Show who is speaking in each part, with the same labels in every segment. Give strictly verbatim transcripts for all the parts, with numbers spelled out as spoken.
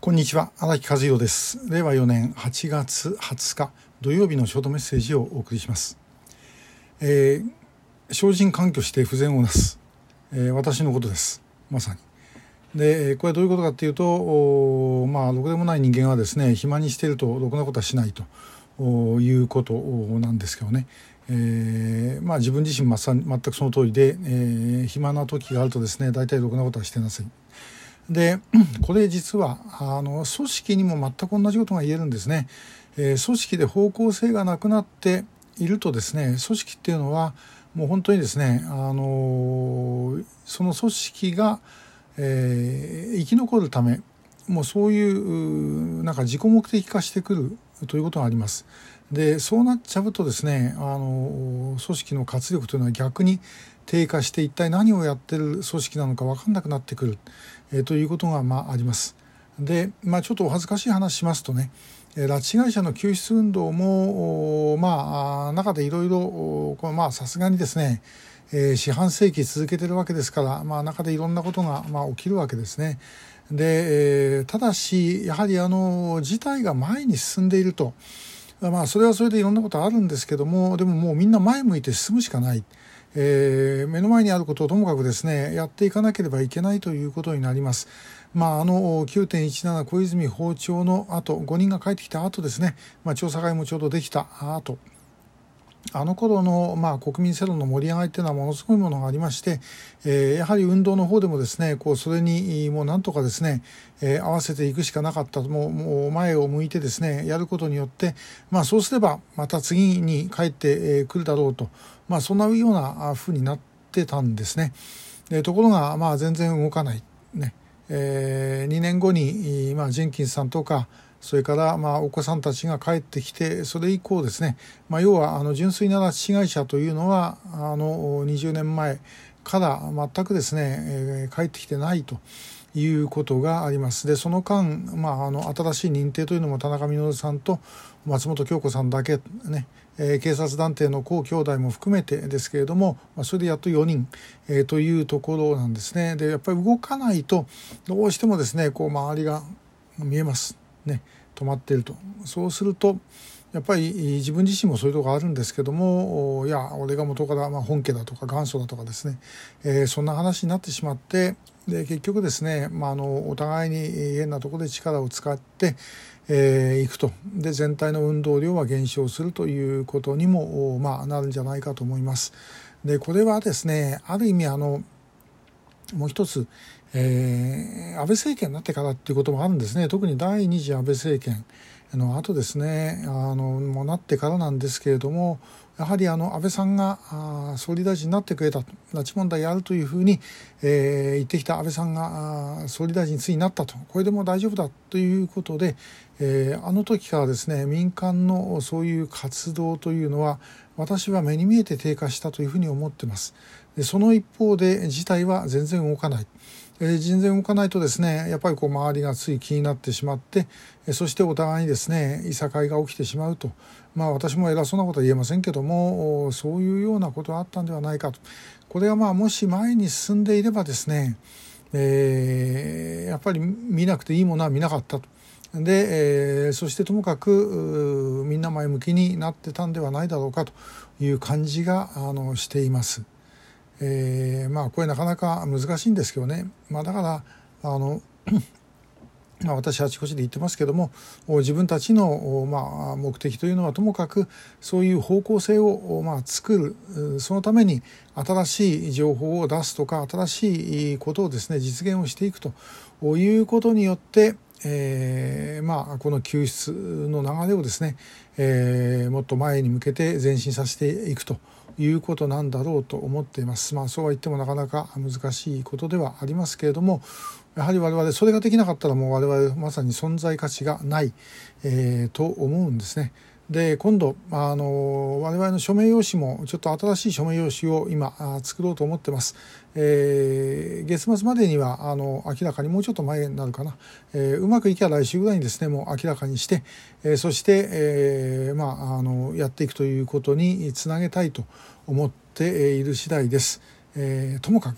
Speaker 1: こんにちは、荒木和弘です。れいわよねんはちがつはつか土曜日のショートメッセージをお送りします。えー、精進環境して不全をなす、えー、私のことです。まさに。で、これはどういうことかっていうと、まあろくでもない人間はですね、暇にしているとろくなことはしないということなんですけどね。えー、まあ自分自身まさに全くその通りで、えー、暇な時があるとですね、大体ろくなことはしてません。でこれ実はあの組織にも全く同じことが言えるんですね。えー、組織で方向性がなくなっているとですね、組織っていうのはもう本当にですね、あのー、その組織が、えー、生き残るため、もうそういうなんか自己目的化してくるということがあります。でそうなっちゃうとですね、あの組織の活力というのは逆に低下して、一体何をやってる組織なのか分かんなくなってくる、えー、ということがまああります。で、まあ、ちょっとお恥ずかしい話しますとね、拉致被害者の救出運動もまあ中でいろいろまあさすがにですね、えー、四半世紀続けてるわけですから、まあ、中でいろんなことがまあ起きるわけですね。で、えー、ただしやはりあの事態が前に進んでいると、まあそれはそれでいろんなことあるんですけども、でももうみんな前向いて進むしかない、えー、目の前にあることをともかくですねやっていかなければいけないということになります。まああの きゅうてんいちなな 小泉訪朝の後、ごにんが帰ってきた後ですね、まあ、調査会もちょうどできた後、あの頃のまあ国民世論の盛り上がりというのはものすごいものがありまして、えー、やはり運動の方でもですね、こうそれにもうなんとかですね、えー、合わせていくしかなかった。もう、もう前を向いてですねやることによって、まあそうすればまた次に帰ってくるだろうと、まあそんなような風になってたんですね。でところがまあ全然動かないね。えー、にねんごに、まあ、ジェンキンスさんとかそれからまあお子さんたちが帰ってきて、それ以降ですね、まあ、要はあの純粋な拉致被害者というのはあのにじゅうねんまえから全くですね、えー、帰ってきてないということがあります。でその間、まあ、あの新しい認定というのも田中稔さんと松本京子さんだけね、えー、警察団体の江兄弟も含めてですけれども、まあ、それでやっとよにん、えー、というところなんですね。でやっぱり動かないとどうしてもですねこう周りが見えますね、止まっていると。そうするとやっぱり自分自身もそういうところあるんですけども、いや俺が元からまあ本家だとか元祖だとかですね、えー、そんな話になってしまって、で結局ですね、まあ、あのお互いに変なところで力を使ってえー、いくと。で全体の運動量は減少するということにも、まあ、なるんじゃないかと思います。でこれはですね、ある意味あのもう一つ、えー、安倍政権になってからっていうこともあるんですね。特に第二次安倍政権の後ですね、あのもうなってからなんですけれども、やはりあの安倍さんがあ総理大臣になってくれた、拉致問題やるというふうに、えー、言ってきた安倍さんが総理大臣についになったと、これでもう大丈夫だということで、えー、あの時からですね民間のそういう活動というのは私は目に見えて低下したというふうに思っています。でその一方で事態は全然動かない。えー、全然動かないとですね、やっぱりこう周りがつい気になってしまって、そしてお互いにですねいさかいが起きてしまうと。まあ私も偉そうなことは言えませんけども、そういうようなことがあったんではないかと。これがまあもし前に進んでいればですね、えー、やっぱり見なくていいものは見なかったと。で、えー、そしてともかくみんな前向きになってたんではないだろうかという感じがあのしています。えー、まあこれなかなか難しいんですけどね、まあ、だからあのまあ、私あちこちで言ってますけども、自分たちのまあ目的というのはともかくそういう方向性をまあ作る、そのために新しい情報を出すとか新しいことをですね実現をしていくということによって、えー、まあこの救出の流れをですね、えー、もっと前に向けて前進させていくということなんだろうと思っています。まあそうは言ってもなかなか難しいことではありますけれども、やはり我々それができなかったらもう我々まさに存在価値がない、えー、と思うんですね。で今度あの我々の署名用紙もちょっと新しい署名用紙を今作ろうと思ってます。えー、月末までにはあの明らかに、もうちょっと前になるかな、えー、うまくいけば来週ぐらいにですねもう明らかにして、えー、そして、えー、まああのやっていくということにつなげたいと思っている次第です。えー、ともかく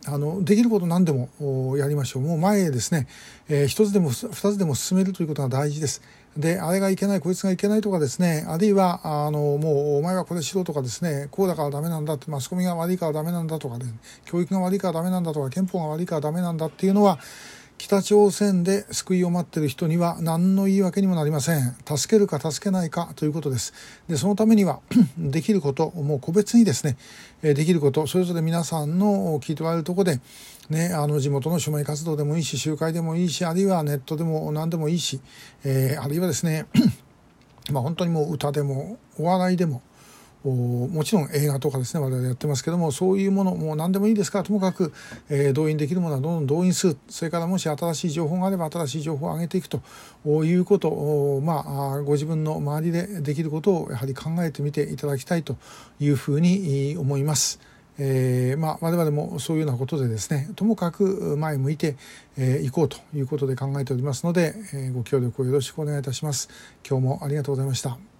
Speaker 1: あのできること何でもやりましょう。もう前へですね、えー、一つでも二つでも進めるということが大事です。で、あれがいけない、こいつがいけないとかですね、あるいはあのもうお前はこれしろとかですね、こうだからダメなんだって、マスコミが悪いからダメなんだとかね、教育が悪いからダメなんだとか、憲法が悪いからダメなんだっていうのは、北朝鮮で救いを待っている人には何の言い訳にもなりません。助けるか助けないかということです。で、そのためにはできること、もう個別にですね、できること、それぞれ皆さんの聞いておられるところで、ね、あの地元の署名活動でもいいし、集会でもいいし、あるいはネットでも何でもいいし、えー、あるいはですね、まあ本当にもう歌でもお笑いでも、もちろん映画とかですね、我々やってますけども、そういうものもう何でもいいですから、ともかく、えー、動員できるものはどんどん動員する。それからもし新しい情報があれば新しい情報を上げていくということを、まあ、ご自分の周りでできることをやはり考えてみていただきたいというふうに思います。えーまあ、我々もそういうようなことでですね、ともかく前向いてい、えー、こうということで考えておりますので、えー、ご協力をよろしくお願いいたします。今日もありがとうございました。